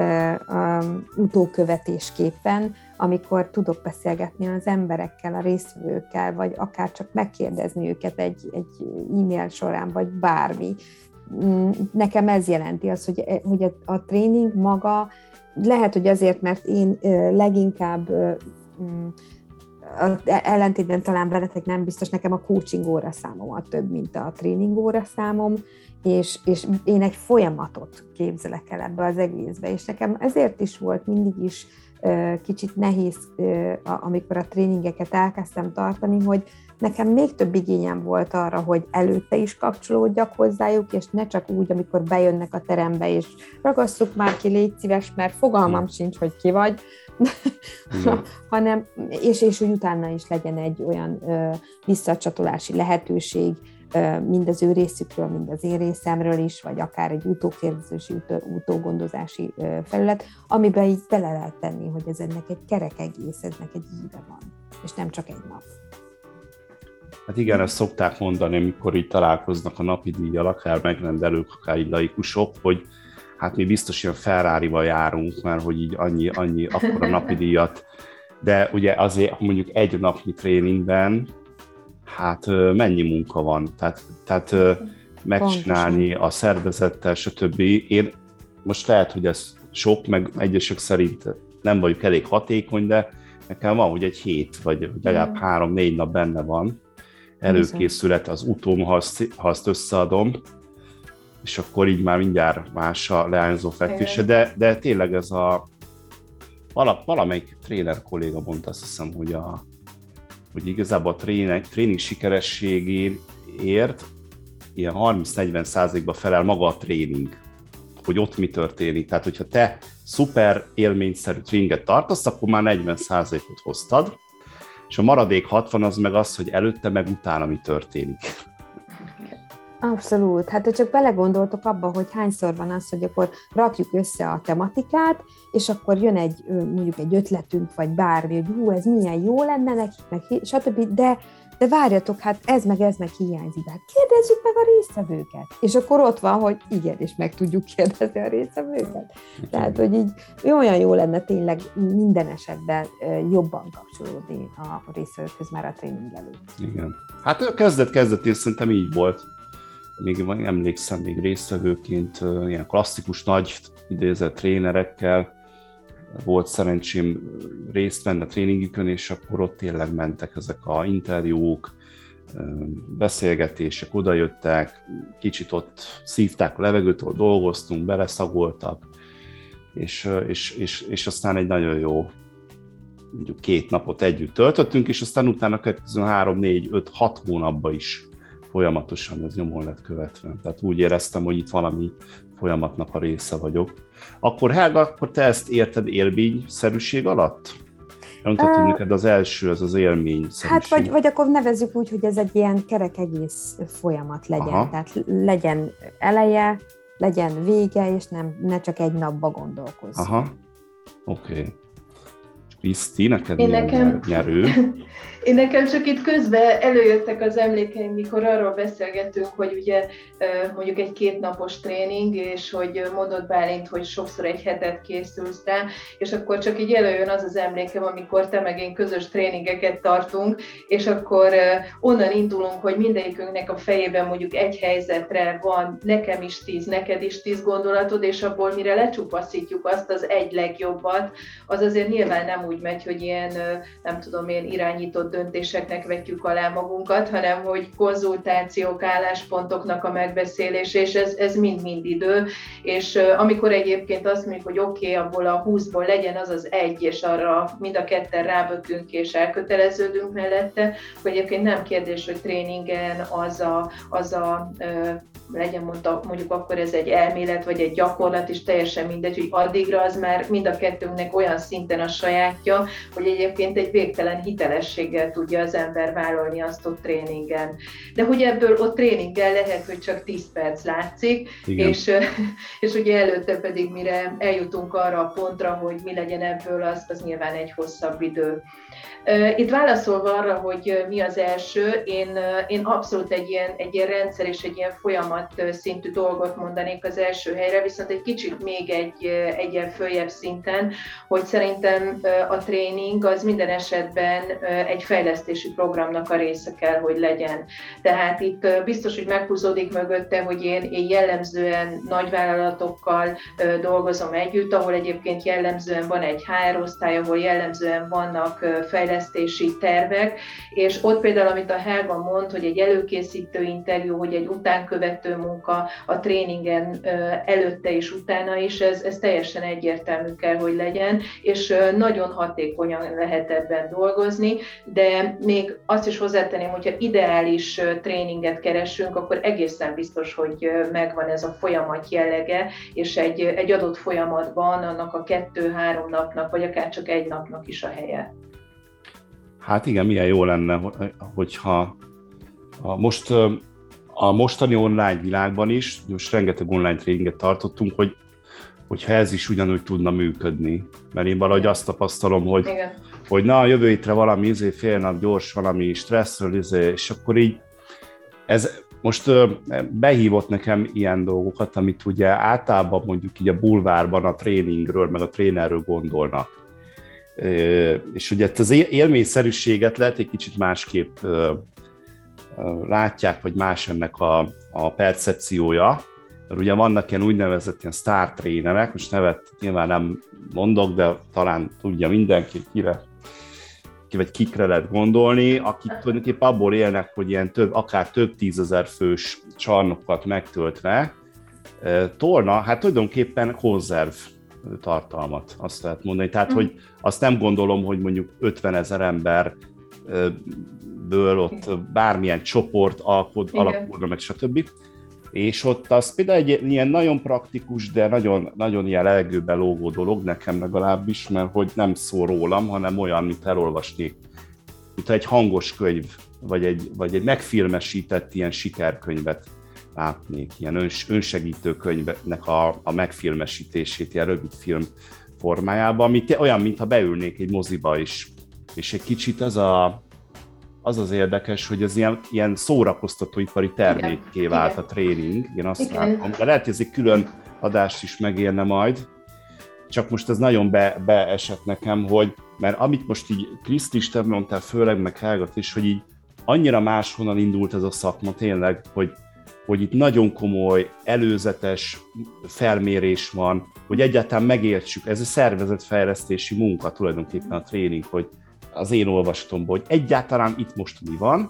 utókövetésképpen, amikor tudok beszélgetni az emberekkel, a résztvevőkkel, vagy akár csak megkérdezni őket egy e-mail során, vagy bármi. Nekem ez jelenti az, hogy a tréning maga lehet, hogy azért, mert én leginkább ellentétben talán veletek nem biztos, nekem a coaching óraszámom több, mint a tréning óraszámom, és én egy folyamatot képzelek el ebbe az egészbe, és nekem ezért is volt mindig is kicsit nehéz, amikor a tréningeket elkezdtem tartani, hogy nekem még több igényem volt arra, hogy előtte is kapcsolódjak hozzájuk, és ne csak úgy, amikor bejönnek a terembe, és ragasszuk már ki, légy szíves, mert fogalmam sincs, hogy ki vagy, hanem, és hogy utána is legyen egy olyan visszacsatolási lehetőség, mind az ő részükről, mind az én részemről is, vagy akár egy utókérdezési, utógondozási felület, amiben így bele lehet tenni, hogy ez ennek egy kerek egész, ennek egy íve van, és nem csak egy nap. Hát igen, ezt szokták mondani, amikor így találkoznak a napi díjjal, akár megrendelők, akár így laikusok, hogy hát mi biztos ilyen Ferrarival járunk, mert hogy így annyi akkora napi díjat, de ugye azért mondjuk egy napnyi tréningben, hát mennyi munka van, tehát megcsinálni a szervezettel, stb. Én most lehet, hogy ez sok, meg egyesek szerint nem vagyok elég hatékony, de nekem van, hogy egy hét, vagy legalább 3-4 nap benne van előkészület az utóm, ha azt összeadom, és akkor így már mindjárt más a leányzó fekvése, de tényleg ez valamelyik tréner kolléga mondta, azt hiszem, hogy igazából a tréning sikerességéért ilyen 30-40%-ba felel maga a tréning, hogy ott mi történik. Tehát, hogyha te szuper élményszerű tréninget tartasz, akkor már 40%-ot hoztad, és a maradék 60 az meg az, hogy előtte meg utána mi történik. Abszolút. Hát csak belegondoltok abba, hogy hányszor van az, hogy akkor rakjuk össze a tematikát, és akkor jön mondjuk egy ötletünk, vagy bármi, hogy ez milyen jó lenne nekik, meg stb. De várjatok, hát ez meg hiányzik. Hát kérdezzük meg a résztvevőket. És akkor ott van, hogy igen, és meg tudjuk kérdezni a résztvevőket. Tehát, hogy így olyan jó lenne tényleg minden esetben jobban kapcsolódni a résztvevőkhöz már a tréning előtt. Igen. Hát kezdetén szerintem így volt. Még emlékszem, még résztvevőként ilyen klasszikus nagy idézett trénerekkel volt szerencsém részt venni a tréningükön, és akkor ott tényleg mentek ezek a interjúk, beszélgetések, odajöttek, kicsit ott szívták a levegőt, ahol dolgoztunk, beleszagoltak, és aztán egy nagyon jó, mondjuk 2 napot együtt töltöttünk, és aztán utána 3-4-5-6 hónapban is folyamatosan ez nyomon lett követve. Tehát úgy éreztem, hogy itt valami folyamatnak a része vagyok. Akkor Helga, akkor te ezt érted élményszerűség alatt? Tehát neked az első, az élményszerűség. Hát vagy akkor nevezzük úgy, hogy ez egy ilyen kerek egész folyamat legyen. Aha. Tehát legyen eleje, legyen vége, és ne csak egy napba gondolkozz. Aha, oké. Kriszti, neked milyen nyerő? Én nekem csak itt közben előjöttek az emlékeim, mikor arról beszélgetünk, hogy ugye mondjuk egy 2 napos tréning, és hogy mondott Bálint, hogy sokszor egy hetet készülsz rá, és akkor csak így előjön az az emlékem, amikor te meg én közös tréningeket tartunk, és akkor onnan indulunk, hogy mindegyikünknek a fejében mondjuk egy helyzetre van, nekem is 10, neked is 10 gondolatod, és abból mire lecsupaszítjuk azt az egy legjobbat, az azért nyilván nem úgy megy, hogy ilyen, nem tudom én, irányított döntéseknek vetjük alá magunkat, hanem hogy konzultációk, álláspontoknak a megbeszélése, és ez mind-mind idő, és amikor egyébként azt mondjuk, hogy oké, abból a 20-ból legyen az az egy, és arra mind a ketten rábökünk és elköteleződünk mellette, hogy egyébként nem kérdés, hogy tréningen az a legyen mondjuk akkor ez egy elmélet, vagy egy gyakorlat is teljesen mindegy, hogy addigra az már mind a kettőnknek olyan szinten a sajátja, hogy egyébként egy végtelen hitelességgel tudja az ember vállalni azt ott tréningen. De hogy ebből ott tréninggel lehet, hogy csak 10 perc látszik, és ugye előtte pedig mire eljutunk arra a pontra, hogy mi legyen ebből, az nyilván egy hosszabb idő. Itt válaszolva arra, hogy mi az első, én abszolút egy ilyen rendszer és egy ilyen folyamat folyamat szintű dolgot mondanék az első helyre, viszont egy kicsit még egy ilyen följebb szinten, hogy szerintem a tréning az minden esetben egy fejlesztési programnak a része kell, hogy legyen. Tehát itt biztos, hogy meghúzódik mögötte, hogy én jellemzően nagyvállalatokkal dolgozom együtt, ahol egyébként jellemzően van egy HR osztály, ahol jellemzően vannak fejlesztési tervek, és ott például, amit a Helga mond, hogy egy előkészítő interjú, hogy egy utánkövető munka a tréningen előtte és utána is, ez teljesen egyértelmű kell, hogy legyen, és nagyon hatékonyan lehet ebben dolgozni, de még azt is hozzátenném, hogyha ideális tréninget keresünk, akkor egészen biztos, hogy megvan ez a folyamat jellege, és egy adott folyamatban annak a 2-3 napnak, vagy akár csak egy napnak is a helye. Hát igen, milyen jó lenne, hogyha a mostani online világban is, most rengeteg online tréninget tartottunk, hogyha ez is ugyanúgy tudna működni. Mert én valahogy azt tapasztalom, hogy na, jövő hétre valami fél nap gyors, valami stresszről, és akkor így ez most behívott nekem ilyen dolgokat, amit ugye általában mondjuk így a bulvárban a tréningről, meg a trénerről gondolnak. És ugye az élményszerűséget lehet egy kicsit másképp látják, vagy más ennek a percepciója. Mert ugye vannak ilyen úgynevezett ilyen sztár trénerek, most nevet nyilván nem mondok, de talán tudja mindenki, vagy kikre lehet gondolni, akik tulajdonképpen abból élnek, hogy ilyen akár több 10 000 fős csarnokat megtöltve tolna, hát tulajdonképpen konzerv tartalmat, azt lehet mondani. Tehát, hogy azt nem gondolom, hogy mondjuk 50 000 emberből ott bármilyen csoport alakulna meg, stb. És ott az például egy ilyen nagyon praktikus, de nagyon, nagyon ilyen lelgőbe lógó dolog, nekem legalábbis, mert hogy nem szól rólam, hanem olyan, mint elolvasni, mint egy hangos könyv, vagy egy megfilmesített ilyen sikerkönyvet látnék, ilyen önsegítő könyvnek a megfilmesítését, ilyen rövid film formájában, ami olyan, mintha beülnék egy moziba is. És egy kicsit az érdekes, hogy ez ilyen szórakoztatóipari termékké vált a tréning, én azt látom. De lehet, hogy ez egy külön adást is megérne majd, csak most ez nagyon beesett nekem, mert amit most így Kriszti is te mondtál, főleg meg Helgat is, hogy így annyira máshonnan indult ez a szakma tényleg, hogy itt nagyon komoly, előzetes felmérés van, hogy egyáltalán megértsük, ez a szervezetfejlesztési munka tulajdonképpen a tréning, hogy az én olvasatomból, hogy egyáltalán itt most mi van,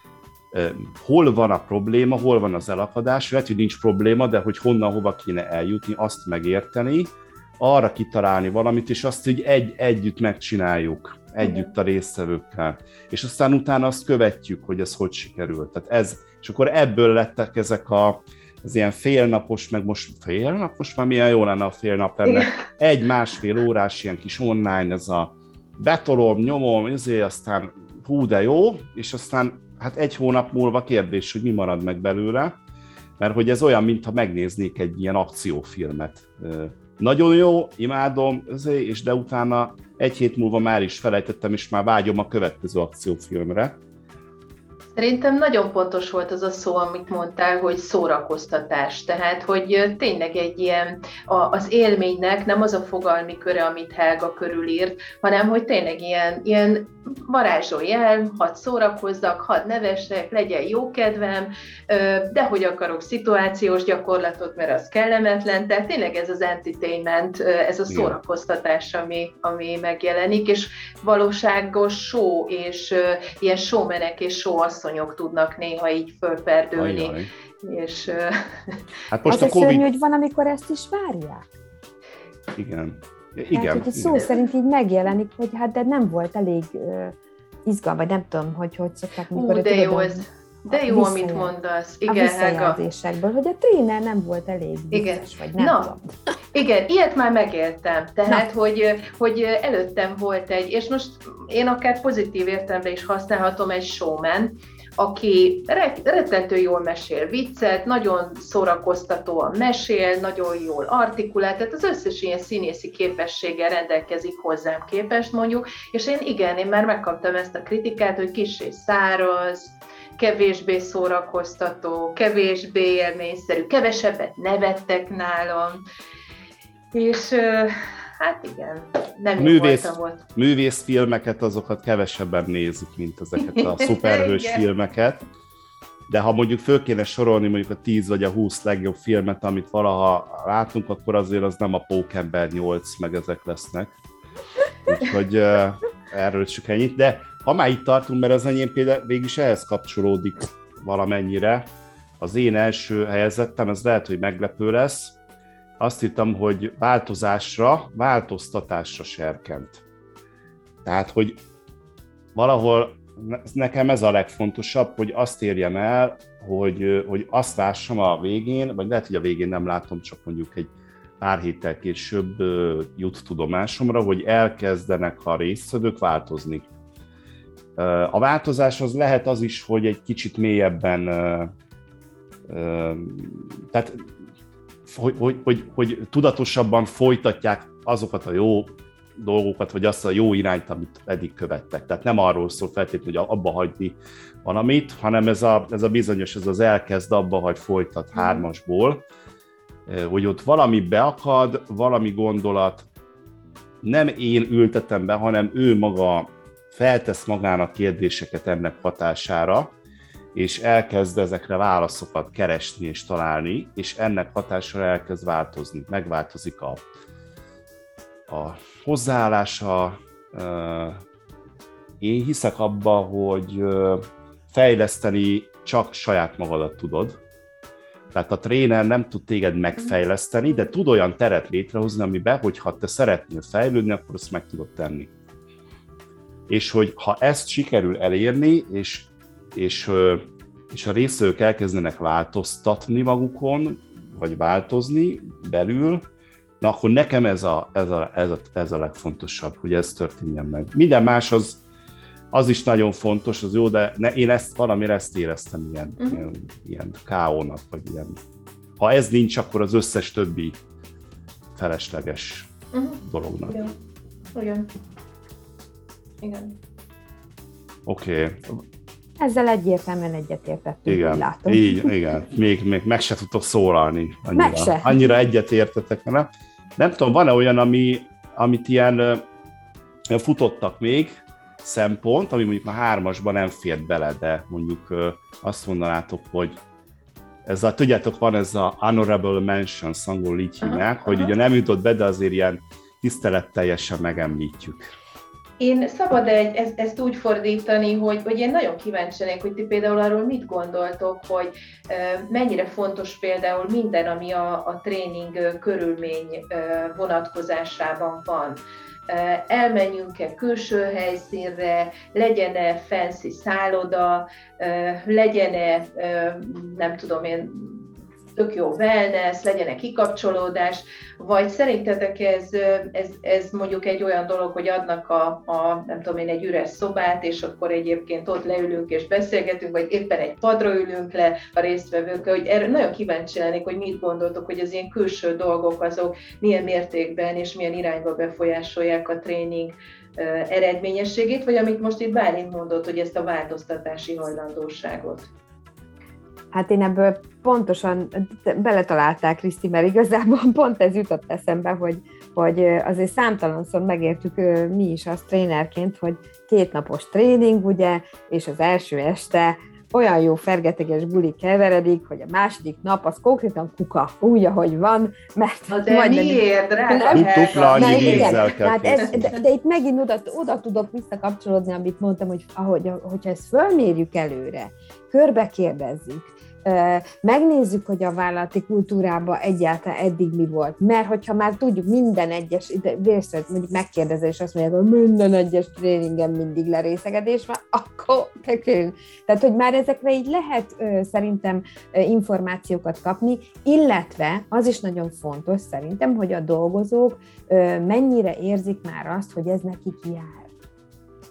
hol van a probléma, hol van az elakadás, lehet, hogy nincs probléma, de hogy honnan, hova kéne eljutni, azt megérteni, arra kitalálni valamit, és azt így együtt megcsináljuk, együtt a résztvevőkkel. És aztán utána azt követjük, hogy ez hogy sikerült. Tehát és akkor ebből lettek ezek az ilyen félnapos, meg most már milyen jó lenne a félnap lenne. 1-1,5 órás ilyen kis online, ez a betolom, nyomom, aztán hú, de jó, és aztán hát 1 hónap múlva kérdés, hogy mi marad meg belőle, mert hogy ez olyan, mintha megnéznék egy ilyen akciófilmet. Nagyon jó, imádom, és de utána 1 hét múlva már is felejtettem, és már vágyom a következő akciófilmre. Szerintem nagyon pontos volt az a szó, amit mondtál, hogy szórakoztatás. Tehát, hogy tényleg egy ilyen, az élménynek nem az a fogalmi köre, amit Helga körülírt, hanem, hogy tényleg ilyen varázsolj el, hadd szórakozzak, hadd nevessek, legyen jó kedvem, de hogy akarok szituációs gyakorlatot, mert az kellemetlen. Tehát tényleg ez az entertainment, ez a szórakoztatás, ami megjelenik, és valóságos show, és ilyen showmenek és showasszonyok tudnak néha így fölperdülni. És, hát most az a szörnyű, hogy van, amikor ezt is várják. Igen. Tehát, hogy szó szerint így megjelenik, hogy hát de nem volt elég izgalmas, vagy nem tudom, hogy szokták, mikor... De jó ez. De jó, amit mondasz. Igen, a visszajelzésekből, hogy a tréner nem volt elég biztos, vagy nem tudom. Igen, ilyet már megéltem. Tehát, hogy előttem volt egy, és most én akár pozitív értelemben is használhatom, egy showman, aki rettentő jól mesél viccet, nagyon szórakoztatóan mesél, nagyon jól artikulál, tehát az összes ilyen színészi képességgel rendelkezik hozzám képest mondjuk, és én már megkaptam ezt a kritikát, hogy kissé száraz, kevésbé szórakoztató, kevésbé élményszerű, kevesebbet nevettek nálam, és hát igen, nem jó voltam ott. Művészfilmeket, azokat kevesebben nézzük, mint ezeket a szuperhős filmeket. De ha mondjuk föl kéne sorolni mondjuk a 10 vagy a 20 legjobb filmet, amit valaha látunk, akkor azért az nem a Pókember 8, meg ezek lesznek. Úgyhogy erről csak ennyit. De ha már itt tartunk, mert az enyém például végülis ehhez kapcsolódik valamennyire, az én első helyezettem, ez lehet, hogy meglepő lesz. Azt hittem, hogy változtatásra serkent. Tehát, hogy valahol nekem ez a legfontosabb, hogy azt érjem el, hogy azt lássam a végén, vagy lehet, hogy a végén nem látom, csak mondjuk egy pár héttel később jut tudomásomra, hogy elkezdenek a résztvevők változni. A változás az lehet az is, hogy egy kicsit mélyebben, tehát hogy tudatosabban folytatják azokat a jó dolgokat, vagy azt a jó irányt, amit eddig követtek. Tehát nem arról szól feltétlenül, hogy abba hagyni valamit, hanem ez a bizonyos, ez az elkezd abba hagy folytat 3-asból, hogy ott valami beakad, valami gondolat, nem én ültetem be, hanem ő maga feltesz magának kérdéseket ennek hatására, és elkezd ezekre válaszokat keresni és találni, és ennek hatására elkezd változni. Megváltozik a hozzáállása. Én hiszek abba, hogy fejleszteni csak saját magadat tudod. Tehát a tréner nem tud téged megfejleszteni, de tud olyan teret létrehozni, amiben, hogyha te szeretnél fejlődni, akkor azt meg tudod tenni. És hogy ha ezt sikerül elérni, és a résztvevők elkezdenek változtatni magukon, vagy változni belül, na akkor nekem ez a legfontosabb, hogy ez történjen meg. Minden más az is nagyon fontos, az jó, de én valamire ezt éreztem ilyen káónak, vagy ilyen. Ha ez nincs, akkor az összes többi felesleges dolognak. Igen. Oké. Ezzel egyértelműen egyetértettünk, igen, úgy látom. Igen. Még meg se tudtok szólalni. Annyira egyetértetek. Nem tudom, van-e olyan, amit ilyen futottak még szempont, ami mondjuk a 3-asban nem fért bele, de mondjuk azt mondanátok, hogy tudjátok, van ez a honorable mention, angolul így hívják, hogy ugye nem jutott be, de azért ilyen tiszteletteljesen megemlítjük. Én szabad ezt úgy fordítani, hogy én nagyon kíváncsi lennék, hogy ti például arról mit gondoltok, hogy mennyire fontos például minden, ami a tréning körülmény vonatkozásában van. Elmenjünk-e külső helyszínre, legyen-e fancy szálloda, legyen-e, nem tudom én, tök jó wellness, legyen-e kikapcsolódás, vagy szerintetek ez mondjuk egy olyan dolog, hogy adnak nem tudom én, egy üres szobát, és akkor egyébként ott leülünk és beszélgetünk, vagy éppen egy padra ülünk le a résztvevőkkel, hogy erre nagyon kíváncsi lennék, hogy mit gondoltok, hogy az ilyen külső dolgok azok milyen mértékben és milyen irányba befolyásolják a tréning eredményességét, vagy amit most itt Bálint mondott, hogy ezt a változtatási hajlandóságot. Hát én ebből pontosan beletalálták, Kriszti, mert igazából pont ez jutott eszembe, hogy azért számtalanszor megértük mi is azt trénerként, hogy 2 napos tréning, ugye, és az első este olyan jó fergeteges buli keveredik, hogy a második nap az konkrétan kuka, úgy, ahogy van, mert... De miért, drága? Dupla annyi vízzel kell de itt megint oda tudok visszakapcsolódni, amit mondtam, hogy hogyha ezt fölmérjük előre, körbe kérdezzük, megnézzük, hogy a vállalati kultúrában egyáltalán eddig mi volt. Mert hogyha már tudjuk minden egyes, részlet mondjuk megkérdező, és azt mondják, hogy minden egyes tréningen mindig lerészegedés van, akkor tekünk. Tehát, hogy már ezekre így lehet szerintem információkat kapni, illetve az is nagyon fontos szerintem, hogy a dolgozók mennyire érzik már azt, hogy ez nekik jár.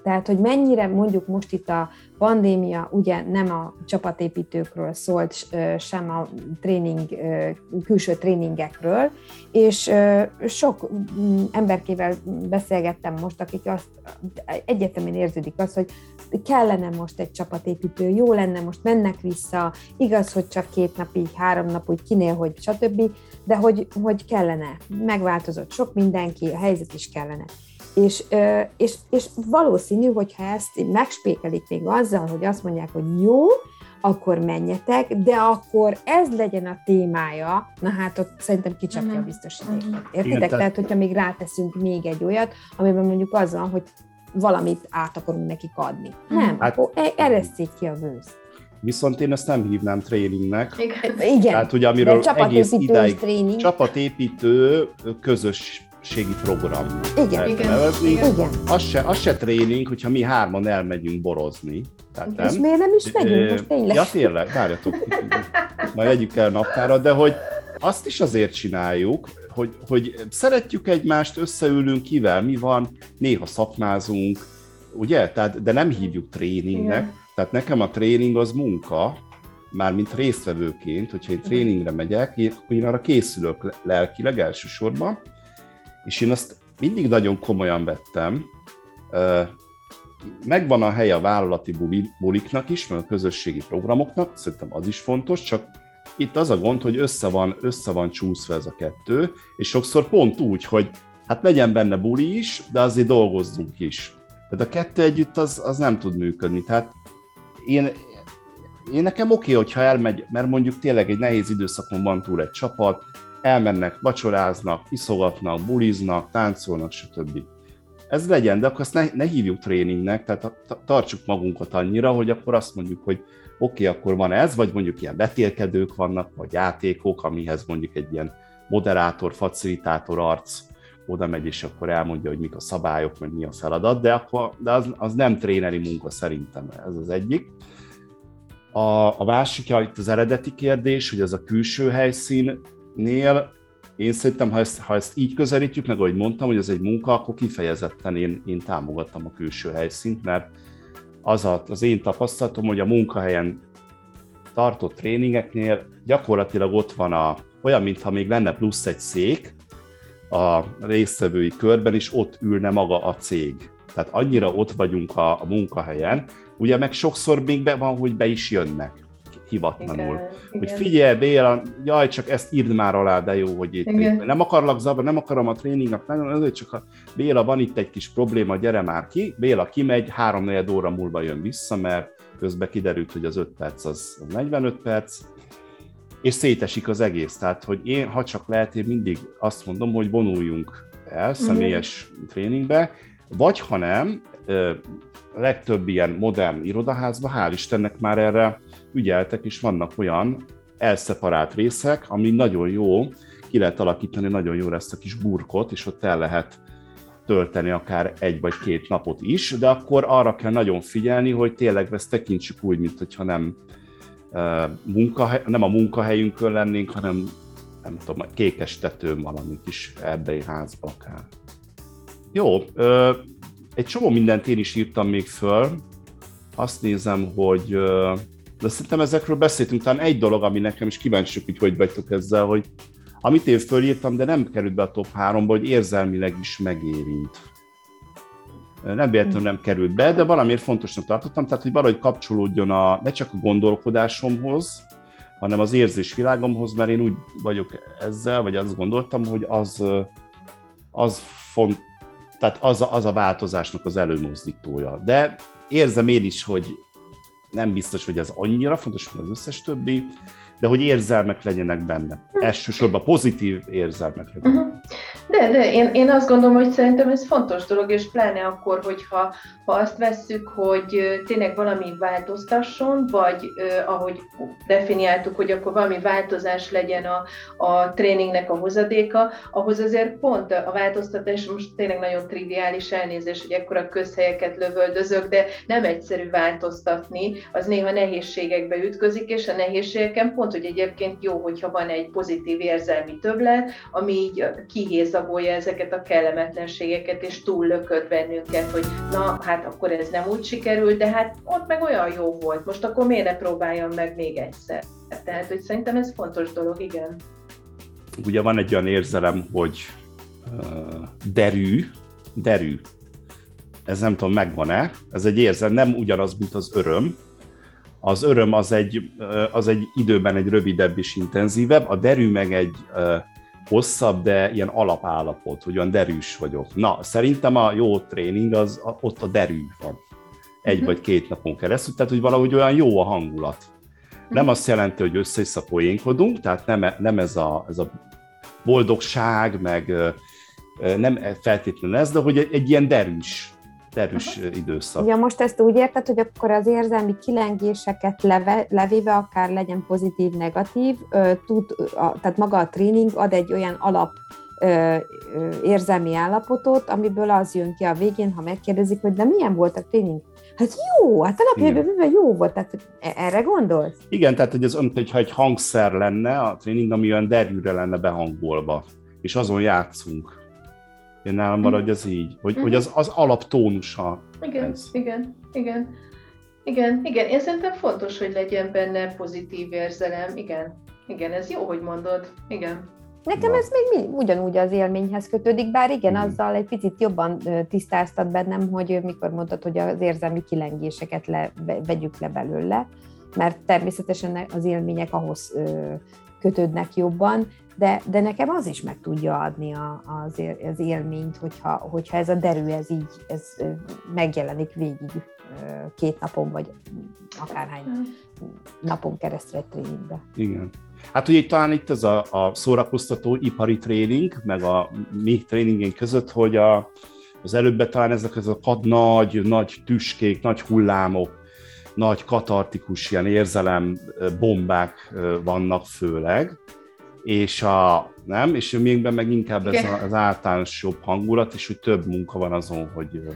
Tehát, hogy mennyire mondjuk most itt a pandémia ugye nem a csapatépítőkről szólt, sem a külső tréningekről, és sok emberkével beszélgettem most, akik egyetemen érződik az, hogy kellene most egy csapatépítő, jó lenne, most mennek vissza, igaz, hogy csak 2 napig, 3 napig, kinél, hogy stb., de hogy kellene, megváltozott sok mindenki, a helyzet is kellene. És valószínű, hogyha ezt megspékelik még azzal, hogy azt mondják, hogy jó, akkor menjetek, de akkor ez legyen a témája, na hát ott szerintem kicsapja a biztosítékot. Értitek? Tehát, hogyha még ráteszünk még egy olyat, amiben mondjuk az van, hogy valamit át akarunk nekik adni. Nem, akkor eresszék ki a gőzt. Viszont én ezt nem hívnám tréningnek. Igen, tehát, ugye, amiről egész idáig tréning. Csapatépítő közösségi program. Igen. Az se tréning, hogyha mi 3 elmegyünk borozni. Tehát és miért nem is megyünk most tényleg? Ja tényleg, várjatok, majd együk el naptára, de hogy azt is azért csináljuk, hogy szeretjük egymást, összeülünk, kivel mi van, néha szakmázunk, ugye? Tehát, de nem hívjuk tréningnek. Igen. Tehát nekem a tréning az munka, mármint résztvevőként, hogyha én tréningre megyek, én arra készülök lelkileg elsősorban, és én azt mindig nagyon komolyan vettem. Megvan a helye a vállalati buliknak is, meg a közösségi programoknak, szerintem az is fontos, csak itt az a gond, hogy össze van csúszva ez a kettő, és sokszor pont úgy, hogy hát legyen benne buli is, de azért dolgozzunk is. Tehát a kettő együtt az nem tud működni. Tehát én nekem oké, hogyha elmegy, mert mondjuk tényleg egy nehéz időszakon van túl egy csapat, elmennek, vacsoráznak, iszogatnak, buliznak, táncolnak, stb. Ez legyen, de akkor azt ne hívjuk tréningnek, tehát tartsuk magunkat annyira, hogy akkor azt mondjuk, hogy oké, akkor van ez, vagy mondjuk ilyen vetélkedők vannak, vagy játékok, amihez mondjuk egy ilyen moderátor, facilitátor arc oda megy, és akkor elmondja, hogy mik a szabályok, meg mi a feladat, de az nem tréneri munka szerintem, ez az egyik. A másik, itt az eredeti kérdés, hogy ez a külső helyszínnél, én szerintem, ha ezt így közelítjük, meg ahogy mondtam, hogy ez egy munka, akkor kifejezetten én támogattam a külső helyszínt, mert az én tapasztalatom, hogy a munkahelyen tartott tréningeknél gyakorlatilag ott van olyan, mintha még lenne plusz egy szék a résztvevői körben, és ott ülne maga a cég. Tehát annyira ott vagyunk a munkahelyen, ugye meg sokszor még van, hogy be is jönnek hivatlanul. Igen. Hogy figyelj, Béla, jaj, csak ezt írd már alá, de jó, hogy itt nem akarlak zavarni, nem akarom a tréningnak, nagyon, csak a Béla, van itt egy kis probléma, gyere már ki. Béla kimegy, 3-4 óra múlva jön vissza, mert közben kiderült, hogy az 5 perc az 45 perc, és szétesik az egész. Tehát, hogy én, ha csak lehet, én mindig azt mondom, hogy vonuljunk el személyes tréningbe, vagy ha nem, legtöbb ilyen modern irodaházban, hál' Istennek már erre ügyeltek, és vannak olyan elszeparált részek, ami nagyon jó, ki lehet alakítani nagyon jól ezt a kis burkot, és ott el lehet tölteni akár 1 vagy 2 napot is, de akkor arra kell nagyon figyelni, hogy tényleg ezt tekintsük úgy, mint hogyha nem a munkahelyünkön lennénk, hanem nem tudom, kékes tetőn valami kis erdei házba akár. Jó, egy csomó mindent én is írtam még föl, azt nézem, hogy de szerintem ezekről beszéltünk, talán egy dolog, ami nekem is kíváncsiak, hogy vagytok ezzel, hogy amit én fölírtam, de nem került be a top 3-ba, hogy érzelmileg is megérint. Nem véletlenül nem került be, de valamiért fontosnak tartottam, tehát hogy valahogy kapcsolódjon ne csak a gondolkodásomhoz, hanem az érzésvilágomhoz, mert én úgy vagyok ezzel, vagy azt gondoltam, hogy tehát az a változásnak az előmozdítója. De érzem én is, hogy nem biztos, hogy ez annyira fontos, mint az összes többi, de hogy érzelmek legyenek benne. Elsősorban pozitív érzelmek legyenek. De én azt gondolom, hogy szerintem ez fontos dolog, és pláne akkor, hogyha azt vesszük, hogy tényleg valami változtasson, vagy ahogy definiáltuk, hogy akkor valami változás legyen a tréningnek a hozadéka, ahhoz azért pont a változtatás, most tényleg nagyon triviális, elnézés, hogy ekkora közhelyeket lövöldözök, de nem egyszerű változtatni, az néha nehézségekbe ütközik, és a nehézségeken pont, hogy egyébként jó, hogyha van egy pozitív érzelmi többlet, ami így kihéz elszagolja ezeket a kellemetlenségeket, és túllökött bennünket, hogy na, hát akkor ez nem úgy sikerült, de hát ott meg olyan jó volt, most akkor miért ne próbáljam meg még egyszer. Tehát, hogy szerintem ez fontos dolog, igen. Ugye van egy olyan érzelem, hogy derű. Ez nem tudom, megvan-e. Ez egy érzelem, nem ugyanaz, mint az öröm. Az öröm az egy időben egy rövidebb és intenzívebb, a derű meg egy hosszabb, de ilyen alapállapot, hogy olyan derűs vagyok. Na, szerintem a jó tréning, ott a derű van. Egy vagy két napon keresztül, tehát hogy valahogy olyan jó a hangulat. Nem azt jelenti, hogy össze-vissza poénkodunk, tehát nem ez a boldogság, meg nem feltétlenül ez, de hogy egy ilyen derűs időszak. Ja, most ezt úgy érted, hogy akkor az érzelmi kilengéseket levéve, akár legyen pozitív, negatív, tehát maga a tréning ad egy olyan alap érzelmi állapotot, amiből az jön ki a végén, ha megkérdezik, hogy de milyen volt a tréning? Hát jó, hát alapjában jó volt, tehát erre gondolsz? Igen, tehát hogy ez olyan, mintha egy hangszer lenne a tréning, ami olyan derűre lenne behangolva, és azon játszunk. Én nálam maradj ez így, hogy az alaptónusa. Igen. Én szerintem fontos, hogy legyen benne pozitív érzelem. Igen, ez jó, hogy mondod. Igen. Nekem ez még ugyanúgy az élményhez kötődik, bár igen, azzal egy picit jobban tisztáztad bennem, hogy mikor mondtad, hogy az érzelmi kilengéseket vegyük le belőle, mert természetesen az élmények ahhoz kötődnek jobban, de nekem az is meg tudja adni az élményt, hogyha ez a derű, ez megjelenik végig 2 napon, vagy akárhány napon keresztül egy tréningbe. Igen. Hát ugye talán itt ez a szórakoztató ipari tréning, meg a mi tréningén között, hogy az előbb talán ezek a nagy tüskék, nagy hullámok, nagy katartikus ilyen érzelembombák vannak főleg, és miénkben meg inkább ez az általános jobb hangulat, és hogy több munka van azon,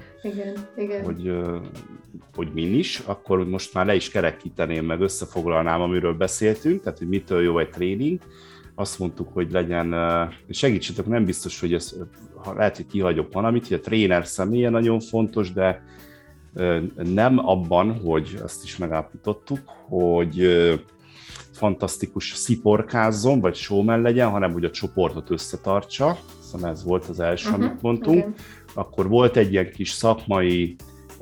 hogy min is, akkor most már le is kerekíteném, meg összefoglalnám, amiről beszéltünk, tehát hogy mitől jó egy tréning. Azt mondtuk, hogy legyen, segítsetek, nem biztos, hogy ez, lehet, hogy kihagyok valamit, hogy a tréner személye nagyon fontos, de nem abban, hogy azt is megállapítottuk, hogy fantasztikus sziporkázzon, vagy showman legyen, hanem hogy a csoportot összetartsa. Szóval ez volt az első, amit mondtunk. Okay. Akkor volt egy ilyen kis szakmai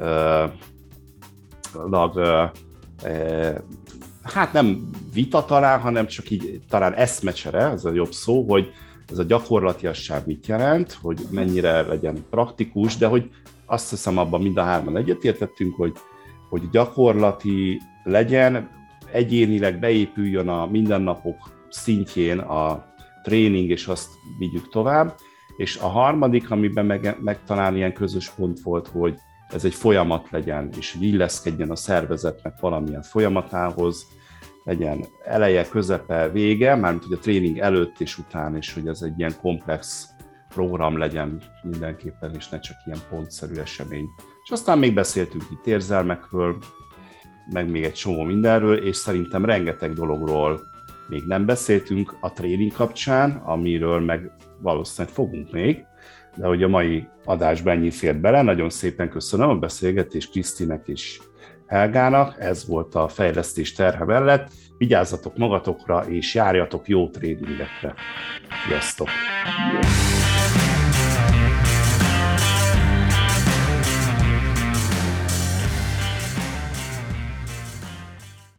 hát nem vita talán, hanem csak így talán eszmecsere, ez a jobb szó, hogy ez a gyakorlatiasság mit jelent, hogy mennyire legyen praktikus, de hogy azt hiszem abban mind a hárman egyetértettünk, hogy gyakorlati legyen, egyénileg beépüljön a mindennapok szintjén a tréning, és azt vigyük tovább. És a harmadik, amiben meg talán ilyen közös pont volt, hogy ez egy folyamat legyen, és hogy illeszkedjen a szervezetnek valamilyen folyamatához, legyen eleje, közepe, vége, mármint hogy a tréning előtt és után, és hogy ez egy ilyen komplex program legyen mindenképpen, és ne csak ilyen pontszerű esemény. És aztán még beszéltünk itt érzelmekről, meg még egy csomó mindenről, és szerintem rengeteg dologról még nem beszéltünk a tréning kapcsán, amiről meg valószínűleg fogunk még, de hogy a mai adásban ennyi fért bele. Nagyon szépen köszönöm a beszélgetést Krisztinek és Helgának, ez volt a fejlesztés terhe mellett. Vigyázzatok magatokra, és járjatok jó tréningekre. Sziasztok!